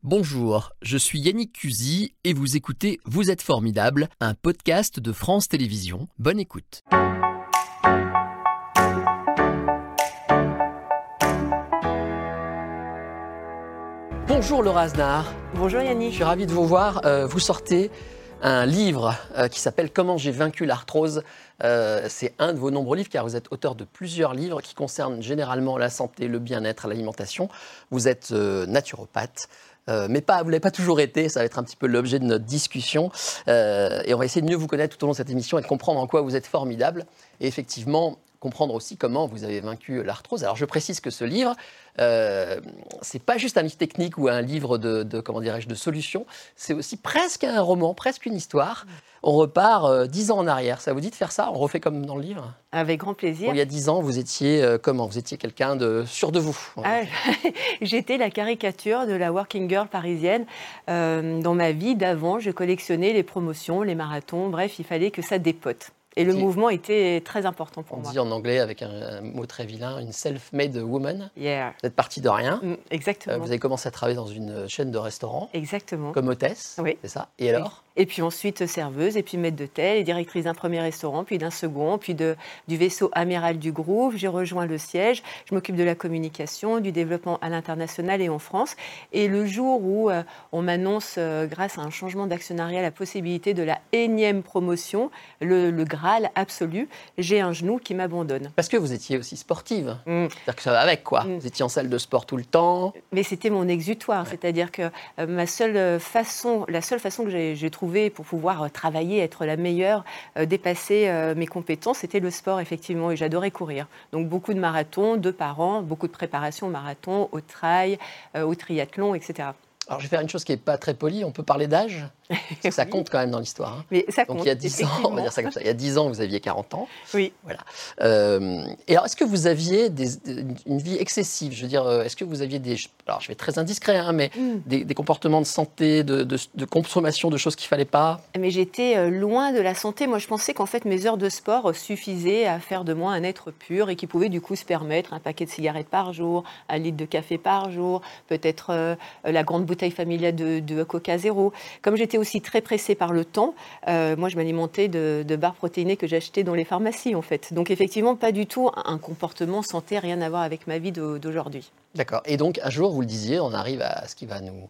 Bonjour, je suis Yannick Cusy et vous écoutez Vous êtes formidable, un podcast de France Télévisions. Bonne écoute. Bonjour Laura Asnard. Bonjour Yannick. Je suis ravi de vous voir. Vous sortez un livre qui s'appelle « Comment j'ai vaincu l'arthrose ». C'est un de vos nombreux livres car vous êtes auteur de plusieurs livres qui concernent généralement la santé, le bien-être, l'alimentation. Vous êtes naturopathe. Mais vous ne l'avez pas toujours été, ça va être un petit peu l'objet de notre discussion. Et on va essayer de mieux vous connaître tout au long de cette émission et de comprendre en quoi vous êtes formidable. Et effectivement, comprendre aussi comment vous avez vaincu l'arthrose. Alors je précise que ce livre, c'est pas juste un livre technique ou un livre de solutions, c'est aussi presque un roman, presque une histoire. On repart 10 ans en arrière. Ça vous dit de faire ça? On refait comme dans le livre? Avec grand plaisir. Bon, il y a 10 ans, vous étiez comment? Vous étiez quelqu'un de sûr de vous? J'étais la caricature de la working girl parisienne. Dans ma vie d'avant, je collectionnais les promotions, les marathons. Bref, il fallait que ça dépote. Et le mouvement était très important pour moi. On dit en anglais, avec un mot très vilain, une self-made woman. Yeah. Vous êtes partie de rien. Exactement. Vous avez commencé à travailler dans une chaîne de restaurants. Exactement. Comme hôtesse. Oui. C'est ça. Et alors? Et puis ensuite serveuse, et puis maître d'hôtel, et directrice d'un premier restaurant, puis d'un second, puis du vaisseau amiral du groupe. J'ai rejoint le siège. Je m'occupe de la communication, du développement à l'international et en France. Et le jour où on m'annonce, grâce à un changement d'actionnariat, la possibilité de la énième promotion, le Graal absolu, j'ai un genou qui m'abandonne. Parce que vous étiez aussi sportive. C'est-à-dire que ça va avec, quoi. Vous étiez en salle de sport tout le temps. Mais c'était mon exutoire. Ouais. C'est-à-dire que la seule façon que j'ai trouvée pour pouvoir travailler, être la meilleure, dépasser mes compétences, c'était le sport, effectivement. Et j'adorais courir. Donc beaucoup de marathons, 2 par an, beaucoup de préparation au marathon, au trail, au triathlon, etc. Alors, je vais faire une chose qui n'est pas très polie. On peut parler d'âge? Parce que ça compte quand même dans l'histoire. Hein. Mais ça compte. Donc, il y a 10 ans, on va dire ça comme ça. Il y a 10 ans, vous aviez 40 ans. Oui. Voilà. Et alors, est-ce que vous aviez une vie excessive? Je veux dire, est-ce que vous aviez alors, je vais être très indiscret, hein, mais des comportements de santé, de consommation de choses qu'il ne fallait pas? Mais j'étais loin de la santé. Moi, je pensais qu'en fait, mes heures de sport suffisaient à faire de moi un être pur et qui pouvait du coup se permettre un paquet de cigarettes par jour, 1 litre de café par jour, peut-être la grande bouteille familiale de Coca Zéro. Comme j'étais aussi très pressée par le temps, moi, je m'alimentais de barres protéinées que j'achetais dans les pharmacies, en fait. Donc, effectivement, pas du tout un comportement santé, rien à voir avec ma vie d'aujourd'hui. D'accord. Et donc, un jour, vous le disiez, on arrive à ce qui va nous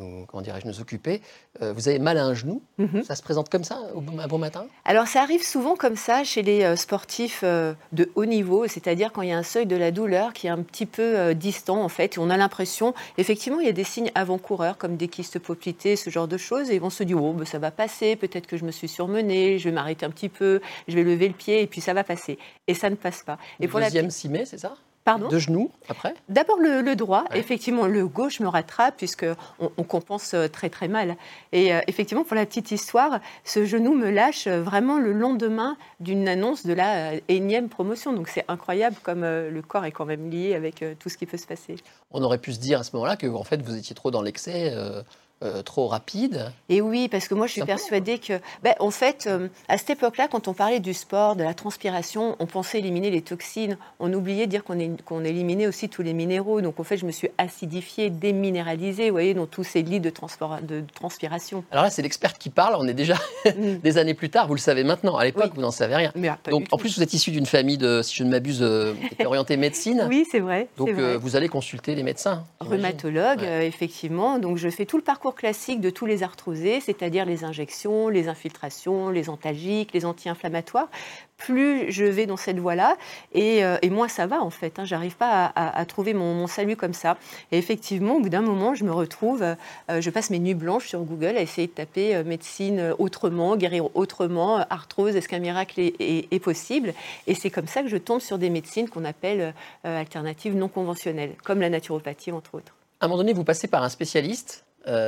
occuper. Vous avez mal à un genou. Ça se présente comme ça, un bon matin? Alors, ça arrive souvent comme ça chez les sportifs de haut niveau, c'est-à-dire quand il y a un seuil de la douleur qui est un petit peu distant, en fait. Et on a l'impression, effectivement, il y a des signes avant-coureurs, comme des kystes poplitées, ce genre de choses. Et on se dit, oh, ben, ça va passer, peut-être que je me suis surmenée, je vais m'arrêter un petit peu, je vais lever le pied, et puis ça va passer. Et ça ne passe pas. Et le deuxième s'y met, c'est ça? Pardon? De genoux, après? D'abord le droit, ouais. Effectivement, le gauche me rattrape puisqu'on compense très très mal. Et effectivement, pour la petite histoire, ce genou me lâche vraiment le lendemain d'une annonce de la énième promotion. Donc c'est incroyable comme le corps est quand même lié avec tout ce qui peut se passer. On aurait pu se dire à ce moment-là que en fait, vous étiez trop dans l'excès, trop rapide. Et oui, parce que moi, je suis persuadée que... en fait, à cette époque-là, quand on parlait du sport, de la transpiration, on pensait éliminer les toxines. On oubliait de dire qu'on éliminait aussi tous les minéraux. Donc, en fait, je me suis acidifiée, déminéralisée, vous voyez, dans tous ces lits de transpiration. Alors là, c'est l'expert qui parle. On est déjà des années plus tard. Vous le savez maintenant. À l'époque, vous n'en savez rien. Mais, donc, en plus, vous êtes issu d'une famille si je ne m'abuse, orientée médecine. Oui, c'est vrai. Donc, vous allez consulter les médecins. Rhumatologue, effectivement. Donc, je fais tout le parcours classique de tous les arthrosés, c'est-à-dire les injections, les infiltrations, les antalgiques, les anti-inflammatoires. Plus je vais dans cette voie-là, et moins ça va en fait. J'arrive pas à trouver mon salut comme ça. Et effectivement, au bout d'un moment, je me retrouve, je passe mes nuits blanches sur Google à essayer de taper médecine autrement, guérir autrement, arthrose, est-ce qu'un miracle est possible? Et c'est comme ça que je tombe sur des médecines qu'on appelle alternatives non conventionnelles, comme la naturopathie entre autres. À un moment donné, vous passez par un spécialiste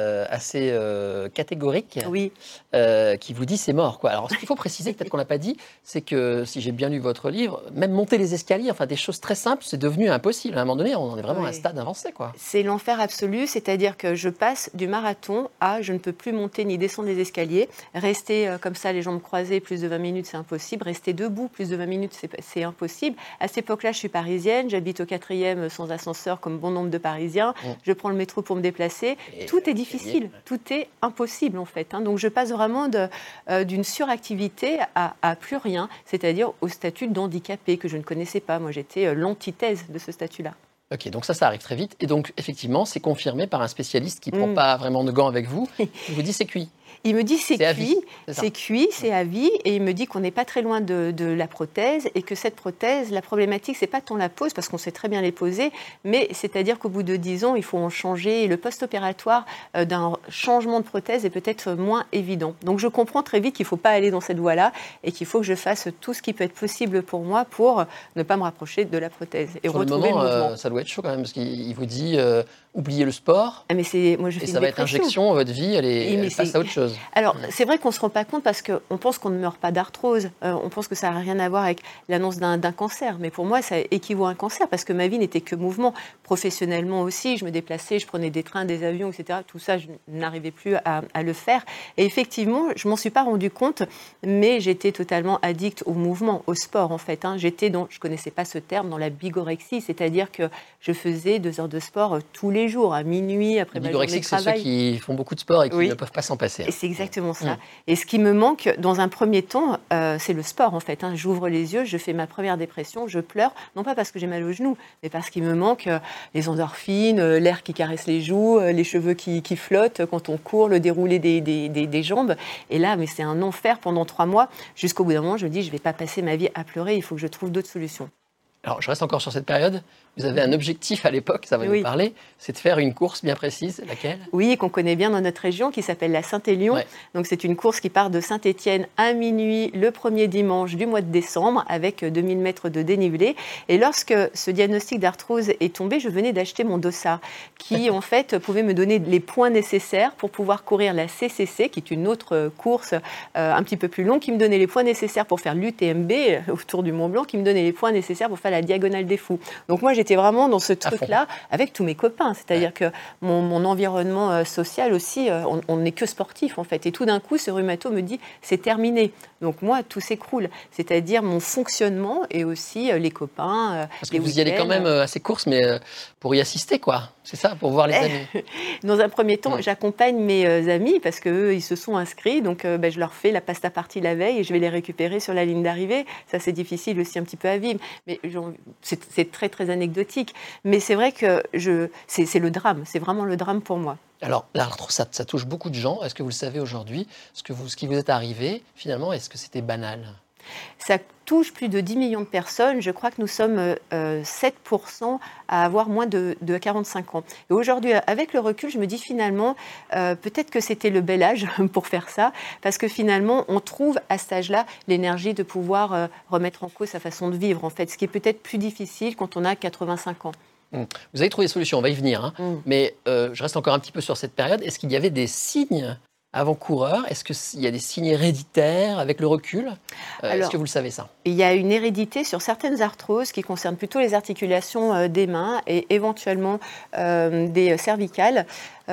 assez catégorique, oui. Qui vous dit c'est mort, quoi. Alors, ce qu'il faut préciser, peut-être qu'on l'a pas dit, c'est que si j'ai bien lu votre livre, même monter les escaliers, enfin des choses très simples, c'est devenu impossible. À un moment donné, on en est vraiment à un stade avancé, quoi. C'est l'enfer absolu, c'est-à-dire que je passe du marathon à je ne peux plus monter ni descendre les escaliers. Rester comme ça, les jambes croisées, plus de 20 minutes, c'est impossible. Rester debout, plus de 20 minutes, c'est impossible. À cette époque-là, je suis parisienne, j'habite au 4e sans ascenseur, comme bon nombre de Parisiens. Je prends le métro pour me déplacer. Tout est difficile, tout est impossible en fait. Donc je passe vraiment d'une suractivité à plus rien, c'est-à-dire au statut d'handicapé que je ne connaissais pas. Moi, j'étais l'antithèse de ce statut-là. Ok, donc ça arrive très vite. Et donc, effectivement, c'est confirmé par un spécialiste qui ne prend pas vraiment de gants avec vous. Il vous dit c'est cuit. Il me dit c'est cuit, c'est cuit, c'est à vie, et il me dit qu'on n'est pas très loin de la prothèse et que cette prothèse, la problématique, c'est pas tant la pose parce qu'on sait très bien les poser, mais c'est-à-dire qu'au bout de 10 ans, il faut en changer. Et le post-opératoire d'un changement de prothèse est peut-être moins évident. Donc je comprends très vite qu'il ne faut pas aller dans cette voie-là et qu'il faut que je fasse tout ce qui peut être possible pour moi pour ne pas me rapprocher de la prothèse et Sur retrouver le le mouvement. Ça doit être chaud quand même parce qu'il vous dit oubliez le sport. Mais moi, je fais et une ça va être dépression. injection, votre vie, elle passe à autre chose. Alors, c'est vrai qu'on ne se rend pas compte parce qu'on pense qu'on ne meurt pas d'arthrose. On pense que ça n'a rien à voir avec l'annonce d'un cancer. Mais pour moi, ça équivaut à un cancer parce que ma vie n'était que mouvement. Professionnellement aussi, je me déplaçais, je prenais des trains, des avions, etc. Tout ça, je n'arrivais plus à le faire. Et effectivement, je ne m'en suis pas rendu compte, mais j'étais totalement addict au mouvement, au sport en fait. Je ne connaissais pas ce terme, dans la bigorexie, c'est-à-dire que je faisais 2 heures de sport tous les jours, à minuit, après ma journée de travail. C'est ceux qui font beaucoup de sport et qui ne peuvent pas s'en passer. Et c'est exactement ça. Et ce qui me manque, dans un premier temps, c'est le sport, en fait. J'ouvre les yeux, je fais ma première dépression, je pleure, non pas parce que j'ai mal aux genoux, mais parce qu'il me manque les endorphines, l'air qui caresse les joues, les cheveux qui flottent quand on court, le déroulé des jambes. Et là, mais c'est un enfer pendant 3 mois. Jusqu'au bout d'un moment, je me dis, je ne vais pas passer ma vie à pleurer, il faut que je trouve d'autres solutions. Alors, je reste encore sur cette période. Vous avez un objectif à l'époque, ça va nous parler, c'est de faire une course bien précise. Laquelle ? Oui, qu'on connaît bien dans notre région, qui s'appelle la Saint-Élion. Ouais. Donc, c'est une course qui part de Saint-Étienne à minuit, le premier dimanche du mois de décembre, avec 2000 mètres de dénivelé. Et lorsque ce diagnostic d'arthrose est tombé, je venais d'acheter mon dossard, qui, en fait, pouvait me donner les points nécessaires pour pouvoir courir la CCC, qui est une autre course un petit peu plus longue, qui me donnait les points nécessaires pour faire l'UTMB, autour du Mont Blanc, qui me donnait les points nécessaires pour faire la Diagonale des Fous. Donc, moi, j'étais vraiment dans ce truc-là avec tous mes copains. C'est-à-dire que mon environnement social aussi, on n'est que sportif en fait. Et tout d'un coup, ce rhumato me dit c'est terminé. Donc moi, tout s'écroule. C'est-à-dire mon fonctionnement et aussi les copains. Parce que vous y allez quand même à ces courses, mais pour y assister, quoi. C'est ça, pour voir les amis. Dans un premier temps, j'accompagne mes amis parce qu'eux, ils se sont inscrits. Donc je leur fais la pasta party la veille et je vais les récupérer sur la ligne d'arrivée. Ça, c'est difficile aussi un petit peu à vivre. Mais c'est très, très anecdotique. Mais c'est vrai que c'est le drame. C'est vraiment le drame pour moi. Alors, l'arthrose, ça touche beaucoup de gens. Est-ce que vous le savez aujourd'hui ? Ce qui vous est arrivé, finalement, est-ce que c'était banal ? Ça touche plus de 10 millions de personnes. Je crois que nous sommes 7% à avoir moins de 45 ans. Et aujourd'hui, avec le recul, je me dis finalement, peut-être que c'était le bel âge pour faire ça, parce que finalement, on trouve à cet âge-là l'énergie de pouvoir remettre en cause sa façon de vivre, en fait, ce qui est peut-être plus difficile quand on a 85 ans. Vous avez trouvé des solutions, on va y venir. Mais je reste encore un petit peu sur cette période. Est-ce qu'il y avait des signes avant-coureurs ? Est-ce qu'il y a des signes héréditaires avec le recul ? Est-ce que vous le savez ça ? Il y a une hérédité sur certaines arthroses qui concernent plutôt les articulations des mains et éventuellement des cervicales.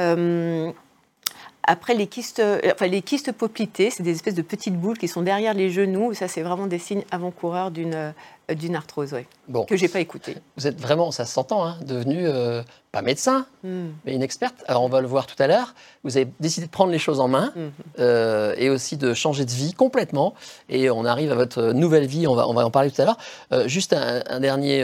Après, les kystes poplitées, c'est des espèces de petites boules qui sont derrière les genoux. Ça, c'est vraiment des signes avant-coureurs d'une arthrose, que je n'ai pas écouté. Vous êtes vraiment, ça s'entend, devenue, pas médecin, mais une experte. Alors, on va le voir tout à l'heure. Vous avez décidé de prendre les choses en main et aussi de changer de vie complètement. Et on arrive à votre nouvelle vie, on va en parler tout à l'heure. Juste un dernier,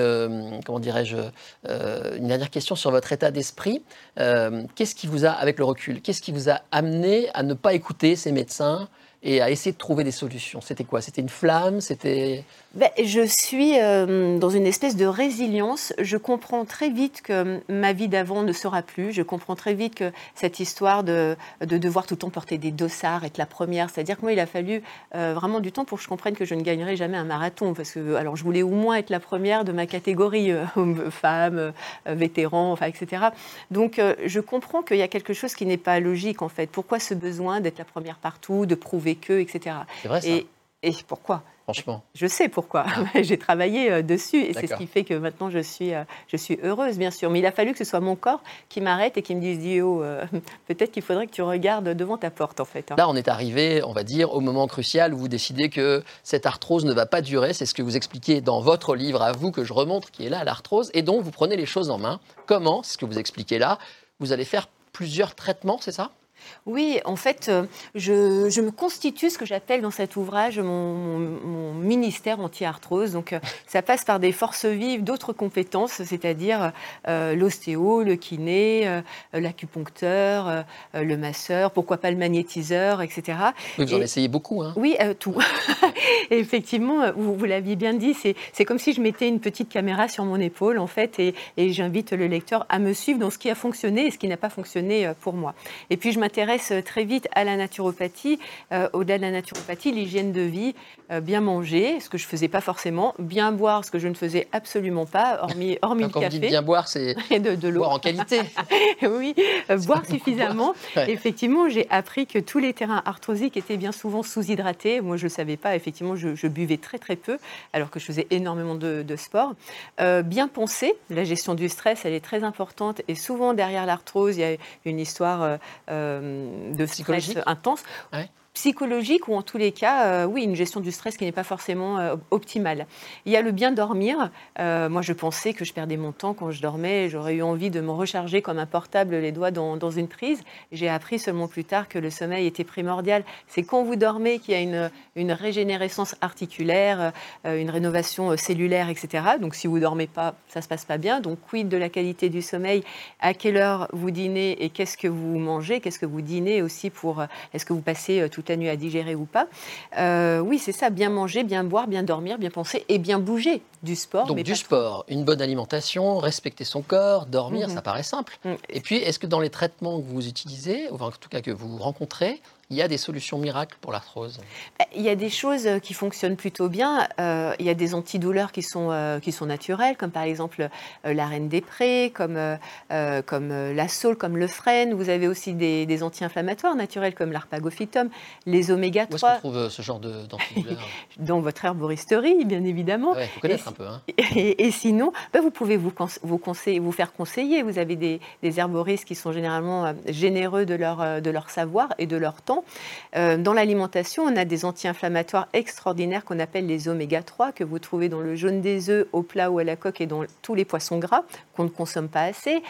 une dernière question sur votre état d'esprit. Qu'est-ce qui vous a, avec le recul, qu'est-ce qui vous a amené à ne pas écouter ces médecins et à essayer de trouver des solutions? C'était quoi? C'était une flamme? Je suis dans une espèce de résilience. Je comprends très vite que ma vie d'avant ne sera plus. Je comprends très vite que cette histoire de devoir tout le temps porter des dossards, être la première, c'est-à-dire que moi, il a fallu vraiment du temps pour que je comprenne que je ne gagnerai jamais un marathon. Parce que alors, je voulais au moins être la première de ma catégorie, femme, vétéran, etc. Donc, je comprends qu'il y a quelque chose qui n'est pas logique, en fait. Pourquoi ce besoin d'être la première partout, de prouver que, etc. C'est vrai, ça. Et pourquoi ? Franchement. Je sais pourquoi. J'ai travaillé dessus et c'est ce qui fait que maintenant je suis heureuse, bien sûr. Mais il a fallu que ce soit mon corps qui m'arrête et qui me dise Dio, peut-être qu'il faudrait que tu regardes devant ta porte, en fait. Là, on est arrivé, on va dire, au moment crucial où vous décidez que cette arthrose ne va pas durer. C'est ce que vous expliquez dans votre livre à vous, que je remontre, qui est là, l'arthrose. Et donc, vous prenez les choses en main. Comment? C'est ce que vous expliquez là. Vous allez faire plusieurs traitements, c'est ça? Oui, en fait, je me constitue ce que j'appelle dans cet ouvrage mon ministère anti-arthrose. Donc, ça passe par des forces vives d'autres compétences, c'est-à-dire l'ostéo, le kiné, l'acupuncteur, le masseur, pourquoi pas le magnétiseur, etc. Oui, vous en essayez beaucoup, hein? Oui, tout. Et effectivement, vous l'aviez bien dit, c'est comme si je mettais une petite caméra sur mon épaule, en fait, et j'invite le lecteur à me suivre dans ce qui a fonctionné et ce qui n'a pas fonctionné pour moi. Et puis, je m'intéresse très vite à la naturopathie. Au-delà de la naturopathie, l'hygiène de vie, bien manger, ce que je ne faisais pas forcément, bien boire, ce que je ne faisais absolument pas, hormis Quand le vous café. dites bien boire, c'est Et de l'eau. boire en qualité. Oui, boire suffisamment. Ouais. Effectivement, j'ai appris que tous les terrains arthrosiques étaient bien souvent sous-hydratés. Moi, je ne le savais pas. Effectivement, je buvais très, très peu, alors que je faisais énormément de sport. Bien penser, la gestion du stress, elle est très importante. Et souvent, derrière l'arthrose, il y a une histoire de stress intense. Ouais. Psychologique ou en tous les cas, oui, une gestion du stress qui n'est pas forcément optimale. Il y a le bien dormir. Moi, je pensais que je perdais mon temps quand je dormais. J'aurais eu envie de me recharger comme un portable, les doigts dans une prise. J'ai appris seulement plus tard que le sommeil était primordial. C'est quand vous dormez qu'il y a une régénérescence articulaire, une rénovation cellulaire, etc. Donc, si vous ne dormez pas, ça ne se passe pas bien. Donc, quid de la qualité du sommeil? À quelle heure vous dînez et qu'est-ce que vous mangez? Qu'est-ce que vous dînez aussi pour... Est-ce que vous passez toute la nuit à digérer ou pas? Oui, c'est ça, bien manger, bien boire, bien dormir, bien penser et bien bouger. Du sport. Donc du sport, une bonne alimentation, respecter son corps, dormir, ça paraît simple. Et puis, est-ce que dans les traitements que vous utilisez, ou en tout cas que vous rencontrez, il y a des solutions miracles pour l'arthrose? Il y a des choses qui fonctionnent plutôt bien. Il y a des antidouleurs qui sont naturelles, comme par exemple la reine des prés, comme la saule, comme le frêne. Vous avez aussi des anti-inflammatoires naturels, comme l'arpagophytum, les oméga 3. Où est-ce qu'on trouve ce genre d'antidouleurs? Dans votre herboristerie, bien évidemment. Il faut connaître un peu. Hein. Et sinon, vous pouvez vous faire conseiller. Vous avez des herboristes qui sont généralement généreux de leur savoir et de leur temps. Dans l'alimentation, on a des anti-inflammatoires extraordinaires qu'on appelle les oméga 3, que vous trouvez dans le jaune des œufs, au plat ou à la coque et dans tous les poissons gras qu'on ne consomme pas assez.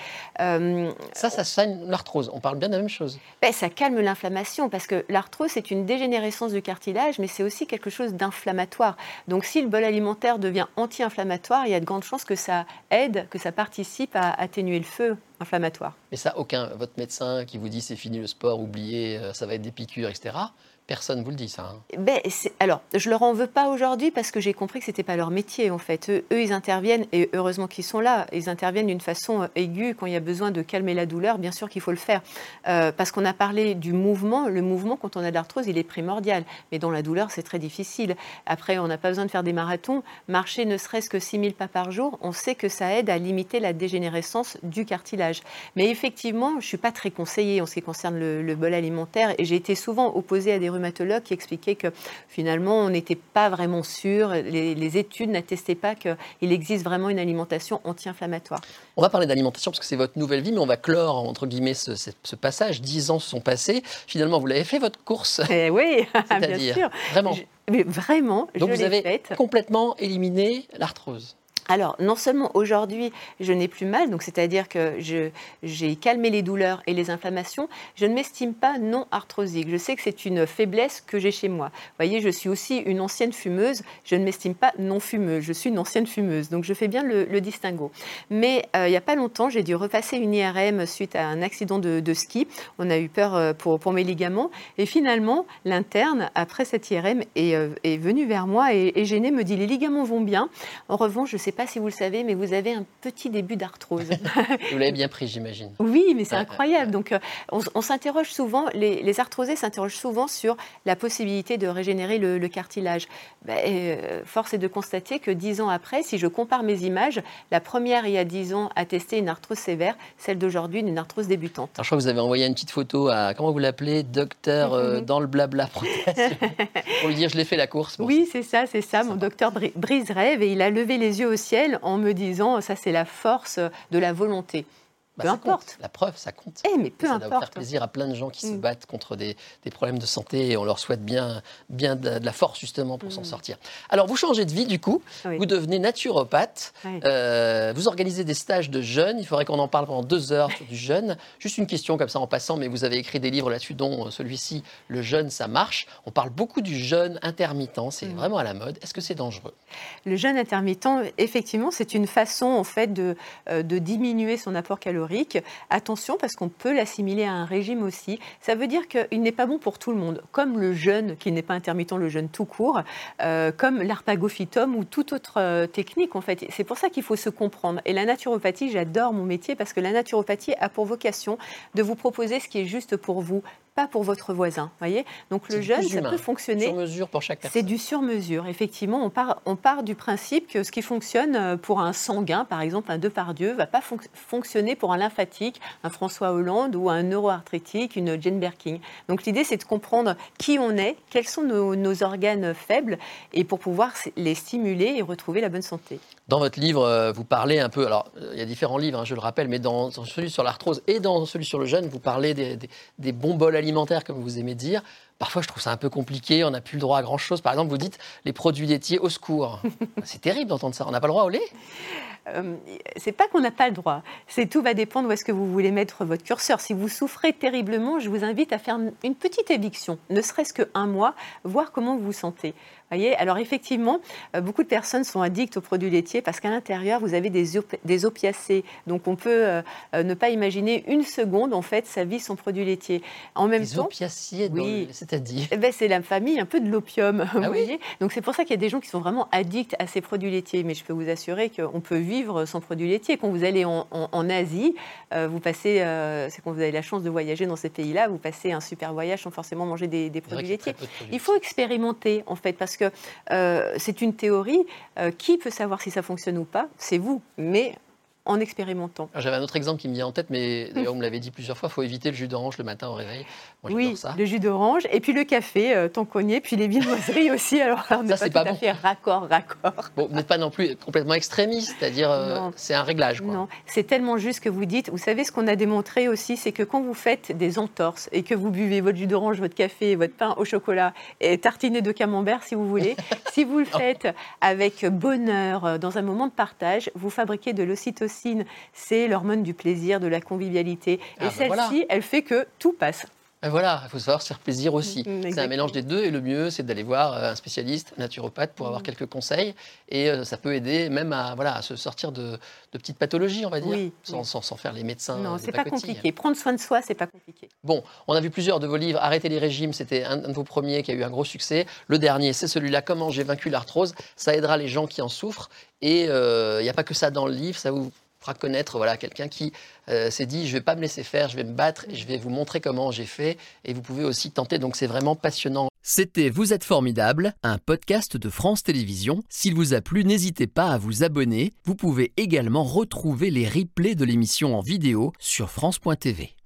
Ça soigne l'arthrose. On parle bien de la même chose. Ça calme l'inflammation, parce que l'arthrose, c'est une dégénérescence du cartilage, mais c'est aussi quelque chose d'inflammatoire. Donc si le bol alimentaire devient anti-inflammatoire, il y a de grandes chances que ça aide, que ça participe à atténuer le feu inflammatoire. Mais ça, votre médecin qui vous dit c'est fini le sport, oubliez, ça va être des piqûres, etc. Personne ne vous le dit, ça. Hein. Alors, je leur en veux pas aujourd'hui parce que j'ai compris que c'était pas leur métier, en fait. Eux, ils interviennent, et heureusement qu'ils sont là, ils interviennent d'une façon aiguë quand il y a besoin de calmer la douleur. Bien sûr qu'il faut le faire. Parce qu'on a parlé du mouvement. Le mouvement, quand on a de l'arthrose, il est primordial. Mais dans la douleur, c'est très difficile. Après, on n'a pas besoin de faire des marathons. Marcher ne serait-ce que 6000 pas par jour, on sait que ça aide à limiter la dégénérescence du cartilage. Mais effectivement, je ne suis pas très conseillée en ce qui concerne le bol alimentaire. Et j'ai été souvent opposée à des rhumatologues qui expliquaient que finalement on n'était pas vraiment sûr, les études n'attestaient pas qu'il existe vraiment une alimentation anti-inflammatoire. On va parler d'alimentation parce que c'est votre nouvelle vie, mais on va clore entre guillemets ce passage. 10 ans se sont passés. Finalement, vous l'avez fait votre course? Oui, bien sûr. Vraiment. Mais vraiment, donc vous avez complètement éliminé l'arthrose? Alors, non seulement aujourd'hui, je n'ai plus mal, donc c'est-à-dire que j'ai calmé les douleurs et les inflammations, je ne m'estime pas non arthrosique. Je sais que c'est une faiblesse que j'ai chez moi. Vous voyez, je suis aussi une ancienne fumeuse, je ne m'estime pas non fumeuse, je suis une ancienne fumeuse, donc je fais bien le distinguo. Mais il n'y a pas longtemps, j'ai dû repasser une IRM suite à un accident de ski. On a eu peur pour mes ligaments, et finalement, l'interne, après cette IRM, est venu vers moi et gêné, me dit « les ligaments vont bien, en revanche, je ne sais pas si vous le savez, mais vous avez un petit début d'arthrose. » Vous l'avez bien pris, j'imagine. Oui, mais c'est incroyable. Donc, on s'interroge souvent, les arthrosés s'interrogent souvent sur la possibilité de régénérer le cartilage. Force est de constater que 10 ans après, si je compare mes images, la première, il y a 10 ans, attestait une arthrose sévère, celle d'aujourd'hui, une arthrose débutante. Alors, je crois que vous avez envoyé une petite photo à, comment vous l'appelez, docteur dans le blabla prothèse, pour lui dire je l'ai fait la course. Bon, oui, c'est ça, mon docteur brise rêve, et il a levé les yeux au ciel en me disant ça c'est la force de la volonté. peu importe. Compte. La preuve, ça compte. Mais peu importe. Ça doit faire plaisir à plein de gens qui se battent contre des problèmes de santé et on leur souhaite bien de la force justement pour s'en sortir. Alors, vous changez de vie du coup, vous devenez naturopathe, vous organisez des stages de jeûne, il faudrait qu'on en parle pendant 2 heures sur du jeûne. Juste une question comme ça en passant, mais vous avez écrit des livres là-dessus, dont celui-ci, Le jeûne, ça marche. On parle beaucoup du jeûne intermittent, c'est vraiment à la mode. Est-ce que c'est dangereux? Le jeûne intermittent, effectivement, c'est une façon en fait de diminuer son apport calorique. Attention, parce qu'on peut l'assimiler à un régime aussi. Ça veut dire qu'il n'est pas bon pour tout le monde, comme le jeûne, qui n'est pas intermittent, le jeûne tout court, comme l'arpagophytum ou toute autre technique, en fait. C'est pour ça qu'il faut se comprendre. Et la naturopathie, j'adore mon métier, parce que la naturopathie a pour vocation de vous proposer ce qui est juste pour vous, pas pour votre voisin, voyez. Donc le jeûne, ça peut fonctionner. Sur mesure pour chaque personne. C'est du sur mesure, effectivement. On part du principe que ce qui fonctionne pour un sanguin, par exemple un Depardieu, ne va pas fonctionner pour un lymphatique, un François Hollande ou un neuroarthritique, une Jane Birkin. Donc l'idée, c'est de comprendre qui on est, quels sont nos organes faibles, et pour pouvoir les stimuler et retrouver la bonne santé. Dans votre livre, vous parlez un peu, alors il y a différents livres, je le rappelle, mais dans celui sur l'arthrose et dans celui sur le jeûne, vous parlez des bons bols alimentaires, comme vous aimez dire. Parfois, je trouve ça un peu compliqué, on n'a plus le droit à grand-chose. Par exemple, vous dites les produits laitiers au secours. C'est terrible d'entendre ça, on n'a pas le droit au lait? C'est pas qu'on n'a pas le droit, tout va dépendre où est-ce que vous voulez mettre votre curseur. Si vous souffrez terriblement, je vous invite à faire une petite éviction, ne serait-ce qu'un mois, voir comment vous vous sentez. Voyez, alors effectivement, beaucoup de personnes sont addictes aux produits laitiers parce qu'à l'intérieur, vous avez des opiacés. Donc on peut ne pas imaginer une seconde, en fait, sa vie sans produit laitier. En même temps, opiacés, oui, c'est-à-dire c'est la famille un peu de l'opium. Ah oui. Donc c'est pour ça qu'il y a des gens qui sont vraiment addicts à ces produits laitiers. Mais je peux vous assurer qu'on peut vivre sans produits laitiers. Quand vous allez en Asie, vous passez, c'est quand vous avez la chance de voyager dans ces pays-là, vous passez un super voyage sans forcément manger des produits laitiers. Il faut expérimenter, en fait, parce que c'est une théorie. Qui peut savoir si ça fonctionne ou pas? C'est vous. Mais en expérimentant. J'avais un autre exemple qui me vient en tête, mais d'ailleurs, on me l'avait dit plusieurs fois, il faut éviter le jus d'orange le matin au réveil. Moi, j'adore ça. Le jus d'orange, et puis le café, tancogné, puis les viennoiseries aussi. Alors, on n'est pas tout à fait raccord. Bon, vous n'êtes pas non plus complètement extrémiste, c'est-à-dire c'est un réglage, quoi. Non, c'est tellement juste que vous dites. Vous savez, ce qu'on a démontré aussi, c'est que quand vous faites des entorses et que vous buvez votre jus d'orange, votre café, votre pain au chocolat et tartiné de camembert, si vous voulez, si vous le faites avec bonheur, dans un moment de partage, vous fabriquez de l'ocytocine. C'est l'hormone du plaisir, de la convivialité. Et celle-ci, elle fait que tout passe. Et voilà, il faut savoir se faire plaisir aussi. C'est un mélange des deux et le mieux, c'est d'aller voir un spécialiste, naturopathe, pour avoir quelques conseils. Et ça peut aider même à se sortir de petites pathologies, on va dire, sans faire les médecins. Non, c'est pas compliqué. Prendre soin de soi, c'est pas compliqué. Bon, on a vu plusieurs de vos livres. Arrêtez les régimes, c'était un de vos premiers qui a eu un gros succès. Le dernier, c'est celui-là, Comment j'ai vaincu l'arthrose. Ça aidera les gens qui en souffrent. Et il n'y a pas que ça dans le livre, ça vous fera connaître quelqu'un qui s'est dit je ne vais pas me laisser faire, je vais me battre et je vais vous montrer comment j'ai fait et vous pouvez aussi tenter, donc c'est vraiment passionnant. C'était Vous êtes formidable, un podcast de France Télévisions. S'il vous a plu, n'hésitez pas à vous abonner. Vous pouvez également retrouver les replays de l'émission en vidéo sur France.tv.